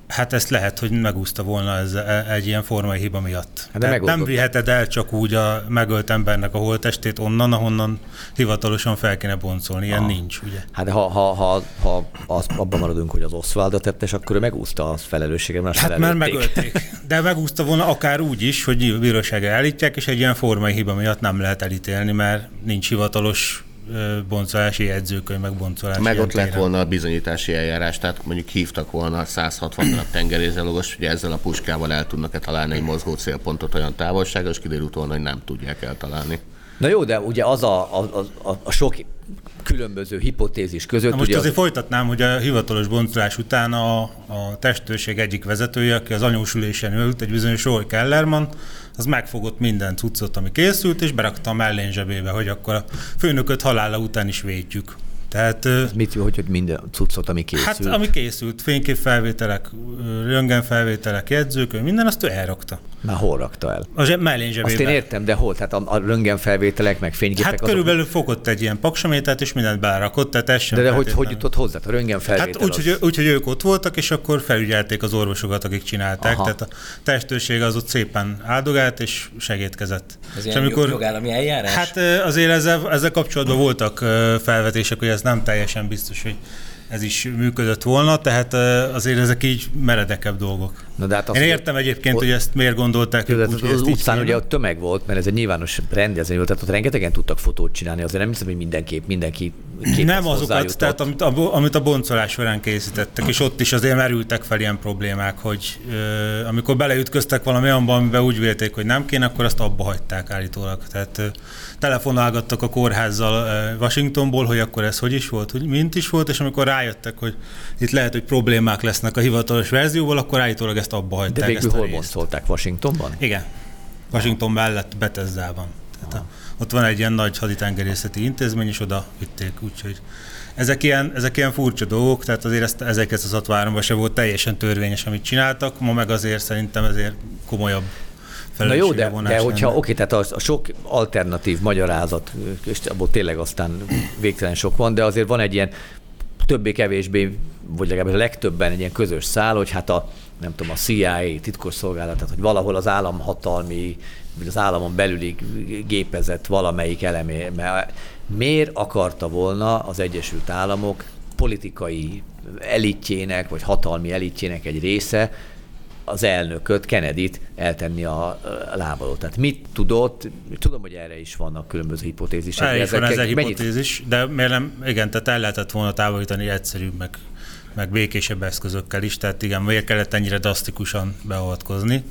G: Hát ezt lehet, hogy megúszta volna ez egy ilyen formai hiba miatt.
E: Hát de
G: nem viheted el csak úgy a megölt embernek a holttestét onnan, ahonnan hivatalosan fel kéne boncolni. Ilyen ah. nincs, ugye?
E: Hát ha, ha, ha, ha az, abban maradunk, hogy az Oswald a tettes, akkor ő megúszta a felelősséget, mert
G: hát mert megölték. De megúszta volna akár úgy is, hogy bíróságra állítják, és egy ilyen formai hiba miatt nem lehet elítélni, mert nincs hivatalos boncolási jegyzőkönyv, meg boncolási
F: meg ott lett volna a bizonyítási eljárás, tehát mondjuk hívtak volna száz hatvan darab tengerészgyalogos, hogy ezzel a puskával el tudnak-e találni egy mozgó célpontot olyan távolságra, és kiderült volna, hogy nem tudják eltalálni.
E: Na jó, de ugye az a, a, a, a sok különböző hipotézis között...
G: Na most
E: ugye
G: azért
E: az...
G: folytatnám, hogy a hivatalos boncolás után a, a testőrség egyik vezetője, aki az anyósülésen ült, egy bizonyos Roy Kellerman, az megfogott minden cuccot, ami készült, és berakta a mellén zsebébe, hogy akkor a főnököt halála után is védjük. Tehát,
E: ez mit jó, hogy, hogy minden cuccot, ami készült?
G: Hát, ami készült, fényképfelvételek, röntgenfelvételek, jegyzőkönyv, minden, azt ő elrakta.
E: Már hol rakta el?
G: A zseb, mellén zsebébe.
E: Azt én értem, de hol? Tehát a, a röntgenfelvételek, meg fényképek...
G: Hát azok... körülbelül fogott egy ilyen paksamétert, és mindent belerakott, tehát ez sem
E: De, de hogy, hogy jutott hozzá? A röntgenfelvétel
G: Hát úgy,
E: az...
G: hogy, úgy, hogy ők ott voltak, és akkor felügyelték az orvosokat, akik csinálták.
E: Aha.
G: Tehát a testőrség az ott szépen áldogált, és segítkezett.
C: Ez
G: és
C: ilyen
G: amikor,
C: jogállami eljárás?
G: Hát azért ezzel, ezzel kapcsolatban voltak felvetések, hogy ez nem teljesen biztos, hogy ez is működött volna, tehát azért ezek így meredekebb dolgok. Na de hát én értem egyébként, hogy ezt miért gondolták.
E: Jó,
G: úgy,
E: az, az utcán ugye ott tömeg volt, mert ez egy nyilvános rendezvény volt, tehát ott rengetegen tudtak fotót csinálni, azért nem hiszem, hogy mindenképp, mindenki
G: nem azokat, tehát amit a, amit a boncolás során készítettek, és ott is azért merültek fel ilyen problémák, hogy ö, amikor beleütköztek valami olyanba, amiben úgy vélték, hogy nem kéne, akkor azt abba hagyták állítólag. Tehát ö, telefonálgattak a kórházzal ö, Washingtonból, hogy akkor ez hogy is volt, hogy mint is volt, és amikor rájöttek, hogy itt lehet, hogy problémák lesznek a hivatalos verzióval, akkor állítólag ezt abba hagyták.
E: De végül hol boncolták? Washingtonban?
G: Igen. Washington mellett Bethesdában. Tehát ott van egy ilyen nagy haditengerészeti intézmény, és oda vitték, úgyhogy ezek ilyen, ezek ilyen furcsa dolgok, tehát azért ezt ezerkilencszázhatvanháromban se volt teljesen törvényes, amit csináltak, ma meg azért szerintem ezért komolyabb felelősségre vonás.
E: Na jó, de, de hogyha oké, tehát a, a sok alternatív magyarázat, és abból tényleg aztán végtelen sok van, de azért van egy ilyen többé-kevésbé, vagy legalábbis a legtöbben egy ilyen közös szál, hogy hát a nem tudom, a C I A titkos szolgálat, tehát hogy valahol az államhatalmi, vagy az államon belüli gépezet valamelyik elemé, mert miért akarta volna az Egyesült Államok politikai elitjének, vagy hatalmi elitjének egy része az elnököt, Kennedyt eltenni a lábaló. Tehát mit tudott, tudom, hogy erre is vannak különböző hipotézisek.
G: El is van ez egy
E: mennyit...
G: hipotézis, de miért nem, igen, tehát el lehetett volna távolítani egyszerűbb, meg, meg békésebb eszközökkel is, tehát igen, miért kellett ennyire drasztikusan beavatkozni.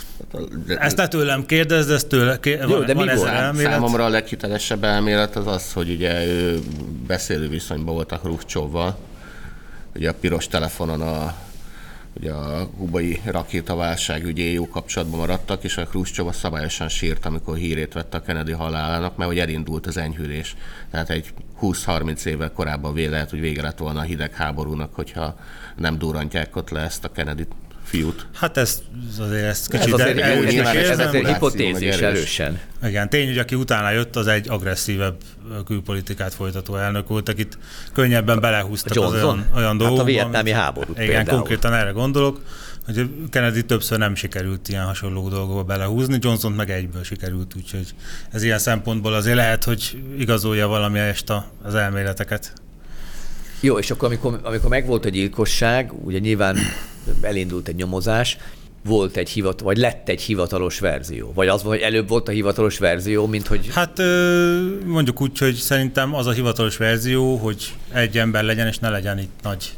G: Ezt ne tőlem kérdezd, ez tőle, kérdez,
E: Jó,
G: van,
E: de
G: van
E: mi
G: ez
E: volt?
G: elmélet.
F: Számomra a leghitelesebb elmélet az az, hogy ugye ő beszélő viszonyban voltak Hruscsovval, ugye a piros telefonon a ugye a kubai rakétaválság ügyé jó kapcsolatban maradtak, és a Hruscsov szabályosan sírt, amikor hírét vette a Kennedy halálának, mert hogy elindult az enyhülés. Tehát egy húsz-harminc évvel korábban vége lehet, hogy vége lett volna a hidegháborúnak, hogyha nem durrantják ott le ezt a Kennedy fiút.
G: Hát ez azért ezt kicsit...
E: Ez azért,
G: el,
E: ez,
G: el,
E: ez, ez
G: ez
E: azért hipotézis erősen.
G: Igen, tény, hogy aki utána jött, az egy agresszívebb külpolitikát folytató elnök volt, akit könnyebben belehúztak az olyan, olyan dolgokba. Hát
E: a vietnámi háborút
G: igen,
E: például.
G: Konkrétan erre gondolok, hogy Kennedy többször nem sikerült ilyen hasonló dolgokba belehúzni, Johnson meg egyből sikerült, úgyhogy ez ilyen szempontból azért lehet, hogy igazolja valamelyest az elméleteket.
E: Jó, és akkor amikor, amikor megvolt a gyilkosság, ugye nyilván elindult egy nyomozás, volt egy hivat, vagy lett egy hivatalos verzió? Vagy az, hogy előbb volt a hivatalos verzió, mint hogy...
G: Hát mondjuk úgy, hogy szerintem az a hivatalos verzió, hogy egy ember legyen, és ne legyen itt nagy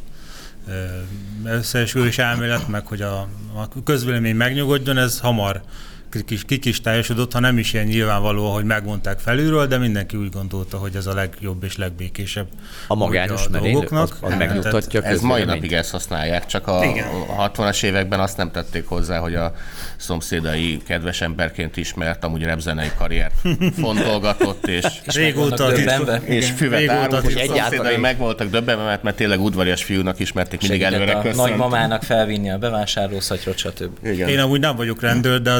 G: összeesküvés elmélet, meg hogy a, a közvélemény megnyugodjon, ez hamar kikristályosodott, ha nem is ilyen nyilvánvaló, hogy megmondták felülről, de mindenki úgy gondolta, hogy ez a legjobb és legbékésebb
E: a magányos merénylő, az, az megnyugtatja.
F: Ez mai napig ezt használják, csak a, a hatvanas években azt nem tették hozzá, hogy a szomszédai kedves emberként ismert, amúgy repzenei karriert fontolgatott, és,
C: és
F: régóta és füvet árult, és a szomszédai meg voltak döbbenve, mert, mert tényleg udvarias fiúnak ismerték, mindig előre köszönt.
C: Nagymamának felvinni a bevásárlószatyrot, stb.
G: Igen. Én amúgy nem vagyok rendőr, de azért voltak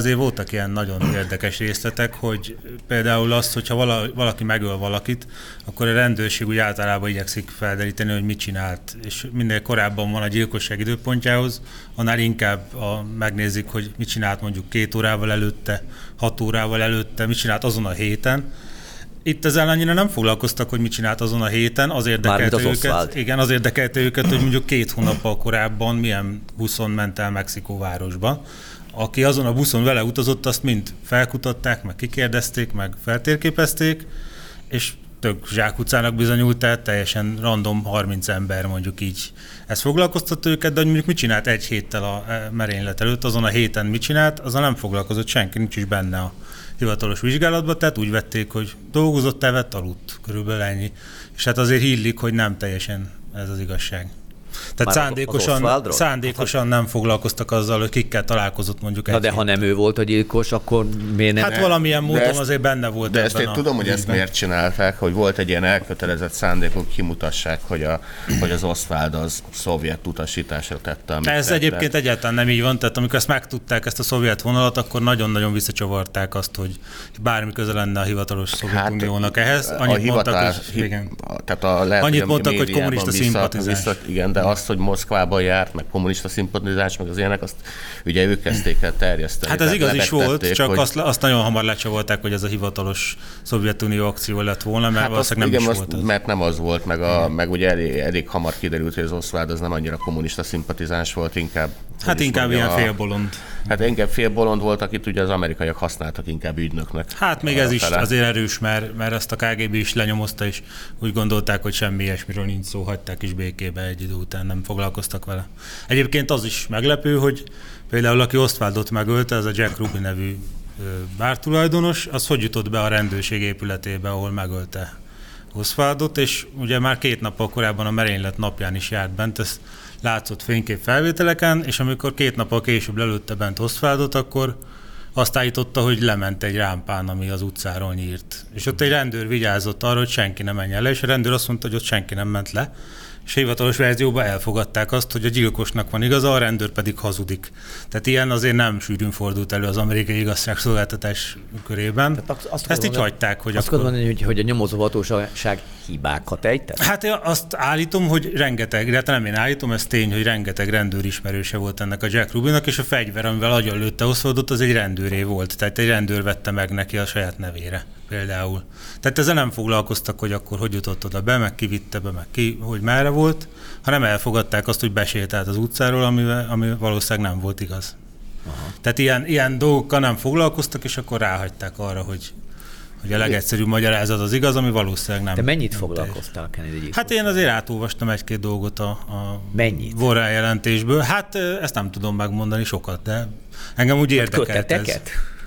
G: voltak ilyen nagyon érdekes részletek, hogy például azt, hogyha vala, valaki megöl valakit, akkor a rendőrség úgy általában igyekszik felderíteni, hogy mit csinált. És minél korábban van a gyilkosság időpontjához, annál inkább a, megnézik, hogy mit csinált mondjuk két órával előtte, hat órával előtte, mit csinált azon a héten. Itt ezzel annyira nem foglalkoztak, hogy mit csinált azon a héten, az érdekelte őket, igen, az érdekelte őket, hogy mondjuk két hónappal korábban milyen buszon ment el Mexikóvárosba. Aki azon a buszon vele utazott, azt mind felkutatták, meg kikérdezték, meg feltérképezték, és tök zsákutcának bizonyult, tehát teljesen random harminc ember mondjuk így. Ez foglalkoztatta őket, de hogy mondjuk mit csinált egy héttel a merénylet előtt, azon a héten mit csinált, azon nem foglalkozott senki, nincs is benne a hivatalos vizsgálatban, tehát úgy vették, hogy dolgozott, evett, aludt, körülbelül ennyi. És hát azért hillik, hogy nem teljesen ez az igazság. Tehát már szándékosan, szándékosan nem foglalkoztak azzal, hogy kikkel találkozott mondjuk.
E: Na de ha nem ő volt a gyilkos, akkor miért nem?
G: Hát valamilyen módon ezt, azért benne volt.
F: De ezt én tudom, hogy ezt miért csinálták, hogy volt egy ilyen elkötelezett szándék, hogy kimutassák, hogy, a, hogy az Oswald az szovjet utasításra tette. Amit
G: ez
F: tette.
G: Egyébként egyáltalán nem így van, tehát amikor ezt megtudták, ezt a szovjet vonalat, akkor nagyon-nagyon visszacsavarták azt, hogy bármi köze lenne a hivatalos Szovjetuniónak ehhez. Annyit
F: a hivatás,
G: mondtak, hogy, igen.
F: Tehát a lehet,
G: Annyit
F: hogy
G: mondtak, hogy kommunista
F: vissza,
G: szimpatizás.
F: Vissza, igen, de azt, hogy Moszkvában járt, meg kommunista szimpatizás, meg az ilyenek, azt ugye ők kezdték el terjeszteni.
G: Hát ez igaz is volt, csak
F: hogy...
G: azt, azt nagyon hamar lecsavolták, hogy ez a hivatalos Szovjetunió akció lett volna, mert hát valószínűleg nem
F: igen,
G: is volt az.
F: Mert nem az volt, meg, a, meg ugye elég, elég hamar kiderült, hogy az Oswald az nem annyira kommunista szimpatizáns volt, inkább...
G: Hát inkább ilyen félbolond.
F: Hát inkább félbolond volt, akit ugye az amerikaiak használtak inkább ügynöknek.
G: Hát még ez is fele. Azért erős, mert, mert ezt a ká gé bé is lenyomozta, és úgy gondolták, hogy semmi ilyesmiről nincs szó, hagyták is békébe egy idő után, nem foglalkoztak vele. Egyébként az is meglepő, hogy például aki Oswaldot megölte, az a Jack Ruby nevű bártulajdonos, az hogy jutott be a rendőrség épületébe, ahol megölte Oswaldot, és ugye már két nappal korábban a merénylet napján is járt bent, ez látszott fénykép felvételeken, és amikor két nappal később lelőtte bent Oswaldot, akkor azt állította, hogy lement egy rámpán, ami az utcáról nyírt. És ott egy rendőr vigyázott arra, hogy senki nem menjen le, és a rendőr azt mondta, hogy ott senki nem ment le, és a hivatalos verzióban elfogadták azt, hogy a gyilkosnak van igaza, a rendőr pedig hazudik. Tehát ilyen azért nem sűrűn fordult elő az amerikai igazságszolgáltatás körében. Azt, azt Ezt így mondani, hagyták, hogy
E: azt
G: akkor...
E: Azt mondani, hogy, hogy a nyomozóhatóság hibákat ejtett?
G: Hát én azt állítom, hogy rengeteg, illetve nem én állítom, ez tény, hogy rengeteg rendőrismerőse volt ennek a Jack Rubynak, és a fegyver, amivel agyonlőtte Oswaldot, az egy rendőré volt. Tehát egy rendőr vette meg neki a saját nevére például. Tehát ezzel nem foglalkoztak, hogy akkor hogy jutott oda be, meg ki vitte be, meg ki, hogy merre volt, hanem elfogadták azt, hogy besétált az utcáról, ami, ami valószínűleg nem volt igaz. Aha. Tehát ilyen, ilyen dolgokkal nem foglalkoztak, és akkor ráhagyták arra, hogy, hogy a legegyszerűbb magyarázat az igaz, ami valószínűleg nem.
E: De mennyit nem foglalkoztál Kennedy?
G: Hát én azért átolvastam egy-két dolgot a, a
E: Warren
G: jelentésből. Hát ezt nem tudom megmondani sokat, de engem úgy érdekelt ez.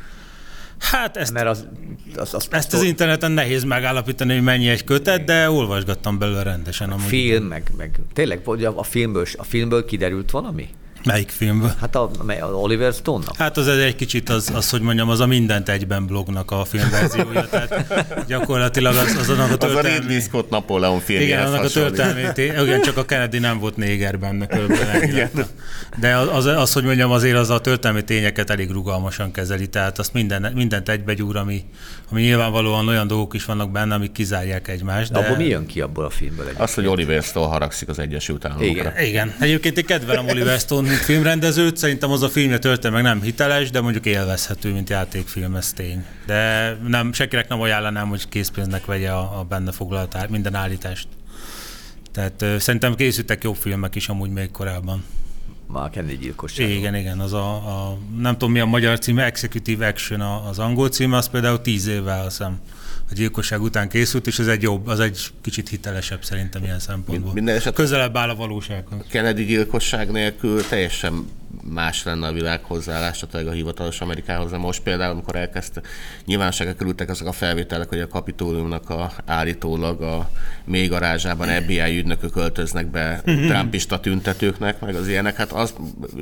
G: Hát ezt,
E: Mert az, az, az,
G: ezt az interneten nehéz megállapítani, hogy mennyi egy kötet, de olvasgattam belőle rendesen.
E: A film, meg, meg tényleg a filmből, a filmből kiderült valami?
G: Melyik filmből?
E: Hát a, a Oliver Stone-nak.
G: Hát az egy kicsit, az, az, hogy mondjam, az a Mindent egyben blognak a filmverziója, tehát gyakorlatilag az, az annak a történelmi...
F: Az a Ridley Scott Napóleon filmjéhez
G: igen, annak hasonlít. A történelmi, igen, csak a Kennedy nem volt néger benne körülbelül. De az, az, hogy mondjam, azért az a történelmi tényeket elég rugalmasan kezeli, tehát azt minden, mindent egybe gyúr, ami, ami nyilvánvalóan olyan dolgok is vannak benne, amik kizárják egymást.
E: De, de abból mi jön ki abból a filmből? Egyébként?
F: Az, hogy Oliver Stone haragszik az Egyesült Államokra.
E: Igen.
G: igen. Egyébként én kedvelem Oliver Stone mint filmrendezőt, szerintem az a filmje történet meg nem hiteles, de mondjuk élvezhető, mint játékfilm, ez tény. De nem, senkinek nem ajánlanám, hogy készpénznek vegye a, a benne foglalt á, minden állítást. Tehát ö, szerintem készültek jobb filmek is amúgy még korábban.
E: Már Kennedy gyilkosság.
G: Igen, igen, az a, a, nem tudom mi a magyar címe, Executive Action az angol címe, az például tíz évvel azt hiszem a gyilkosság után készült, és ez egy jobb, az egy kicsit hitelesebb szerintem ilyen szempontból.
F: Minden eset
G: közelebb áll a valósághoz.
F: Kennedy gyilkosság nélkül teljesen más lenne a világ hozzáállása a hivatalos Amerikához. Most például, amikor elkezdte, nyilvánosságra kerültek azok a felvételek, hogy a Kapitóliumnak a, állítólag a mély garázsában ef bé i ügynökök öltöznek be trumpista tüntetőknek, meg az ilyenek. Hát az,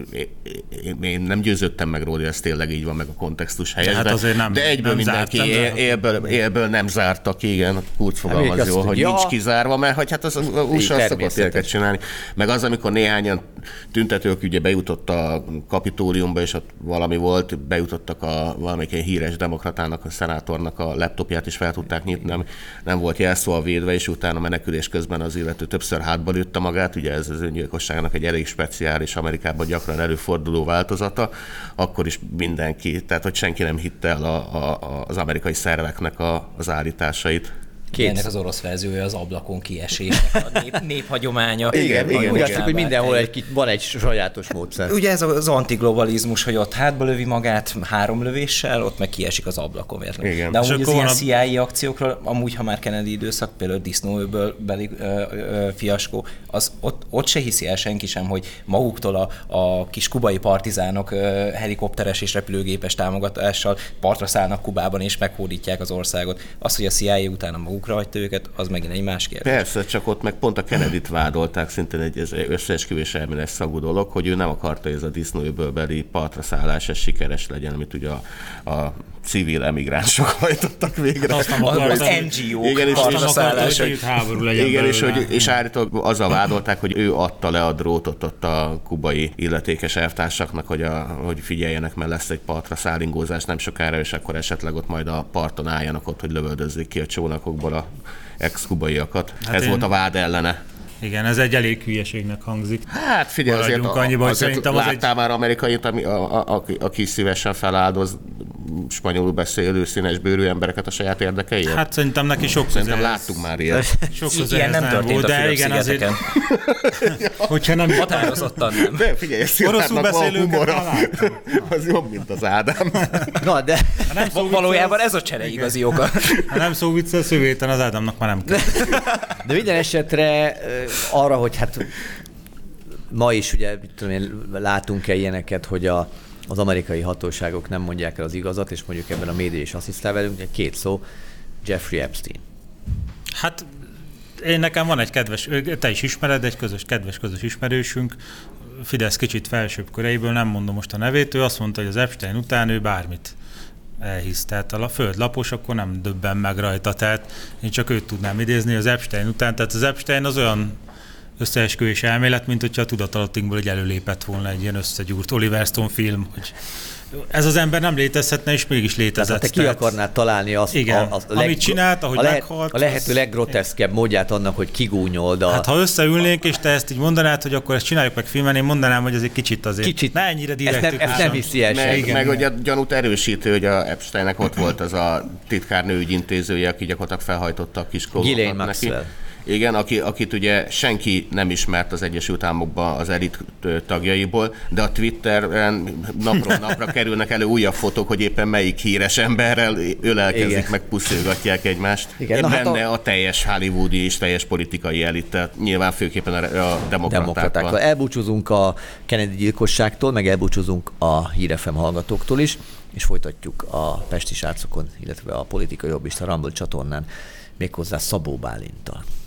F: én nem győződtem meg róla, hogy ez tényleg így van, meg a kontextus helyesben. Hát nem, de egyből nem mindenki zárt, él, élből, élből nem zártak, igen, Kurz fogalmaz jól, hogy ja. nincs kizárva, mert hogy hát az, az u es á szokott ilyeneket csinálni. Meg az, amikor néhányan tüntetők ugye bejutott a Kapitóliumba, és ott valami volt, bejutottak a valamelyik híres demokratának, a szenátornak a laptopját is fel tudták nyitni, nem, nem volt jelszóval védve, és utána menekülés közben az illető többször hátba lőtte magát, ugye ez az öngyilkosságnak egy elég speciális, Amerikában gyakran előforduló változata, akkor is mindenki, tehát hogy senki nem hitte el a, a, az amerikai szerveknek a, az állításait.
C: Két. Ennek az orosz verziója az ablakon kiesésnek a nép, néphagyománya.
E: Igen, igen, úgy látszik, hogy mindenhol egy, van egy sajátos módszer.
C: Ugye ez az antiglobalizmus, hogy ott hátba lövi magát három lövéssel, ott meg kiesik az ablakon. Igen. De amúgy az ilyen C I A akciókról, amúgy, ha már Kennedy időszak, például disznóöböl beli ö, ö, fiaskó, az ott, ott se hiszi el senki sem, hogy maguktól a, a kis kubai partizánok ö, helikopteres és repülőgépes támogatással partra szállnak Kubában és meghódítják az országot. Az, hogy a C I A utána maguk hagyta őket, az megint egy más kérdés.
F: Persze, csak ott meg pont a Kennedyt vádolták, szintén egy összeesküvés elmélet szagú dolog, hogy ő nem akarta, hogy ez a disznóöbölbeli partra szállás ez sikeres legyen, amit ugye a, a civil emigránsok hajtottak végre.
C: Azt nem akarta, az en gé ó-k
F: igen,
C: partra szállás.
F: Igen, és, hogy, és állítólag azzal vádolták, hogy ő adta le a drótot ott a kubai illetékes elvtársaknak, hogy, a, hogy figyeljenek, mert lesz egy partra szállingózás nem sokára, és akkor esetleg ott majd a parton álljanak ott, hogy lövöldözzék ki a csónakokból a ex-kubaiakat. Hát ez én... volt a vád ellene.
G: Igen, ez egy elég hülyeségnek hangzik.
F: Hát figyelj, azért,
G: annyiba,
F: azért
G: szerintem
F: láttál
G: egy...
F: már amerikait, ami, a, a, a, aki szívesen feláldoz spanyolul beszélő, színes bőrű embereket a saját érdekeiért?
G: Hát szerintem neki sok köze.
F: Szerintem láttuk már ilyet.
C: Sok köze ilyen nem, nem történt volt, a Fülöp-szigeteken.
G: Hogyha nem...
C: Határozottan nem.
F: De figyelj, Szilárnak van humora. Az jobb, mint az Ádám.
E: Na, de...
C: Valójában ez a csere igazi oka.
G: Ha nem szó viccel, szövéten az Ádámnak már nem kell.
E: De minden esetre arra, hogy hát ma is ugye tudom én, látunk-e ilyeneket, hogy a, az amerikai hatóságok nem mondják el az igazat, és mondjuk ebben a média is asszisztál velünk, két szó, Jeffrey Epstein.
G: Hát én nekem van egy kedves, te is ismered, egy közös, kedves közös ismerősünk, Fidesz kicsit felsőbb köreiből, nem mondom most a nevét, ő azt mondta, hogy az Epstein után ő bármit elhisz. Tehát a föld lapos, akkor nem döbben meg rajta. Tehát én csak őt tudnám idézni az Epstein után. Tehát az Epstein az olyan összeesküvés elmélet, mint hogyha a tudatalattinkból egy előlépett volna egy ilyen összegyúrt Oliver Stone film, hogy ez az ember nem létezhetne, és mégis létezett.
E: Tehát te ki akarnád találni azt,
G: igen,
E: a, a
G: amit leg, csinált, ahogy
E: a lehet,
G: meghalt.
E: A lehető leggroteszkebb módját annak, hogy kigúnyold a...
G: Hát ha összeülnénk, és te ezt így mondanád, hogy akkor ezt csináljuk meg filmen, én mondanám, hogy ez egy kicsit azért.
E: Kicsit.
G: Ne ennyire direkt.
E: Ezt nem, ezt nem viszi el
F: meg, meg, meg hogy a gyanút erősítő, hogy a Epsteinnek ott volt az a titkárnő ügyintézője, aki gyakorlatilag felhajtotta a kis
E: Ghislaine Maxwell.
F: Igen, aki, akit ugye senki nem ismert az Egyesült Államokban az elit tagjaiból, de a Twitteren napról napra kerülnek elő újabb fotók, hogy éppen melyik híres emberrel ölelkezik, igen, meg puszilgatják egymást. Igen, na, benne hát a... a teljes hollywoodi és teljes politikai elit, tehát nyilván főképpen a, a demokratákkal.
E: Elbúcsúzunk a Kennedy gyilkosságtól, meg elbúcsúzunk a Hír ef em hallgatóktól is, és folytatjuk a Pesti srácokon, illetve a Politikai Jobbista Rumble csatornán, méghozzá Szabó Bálinttal.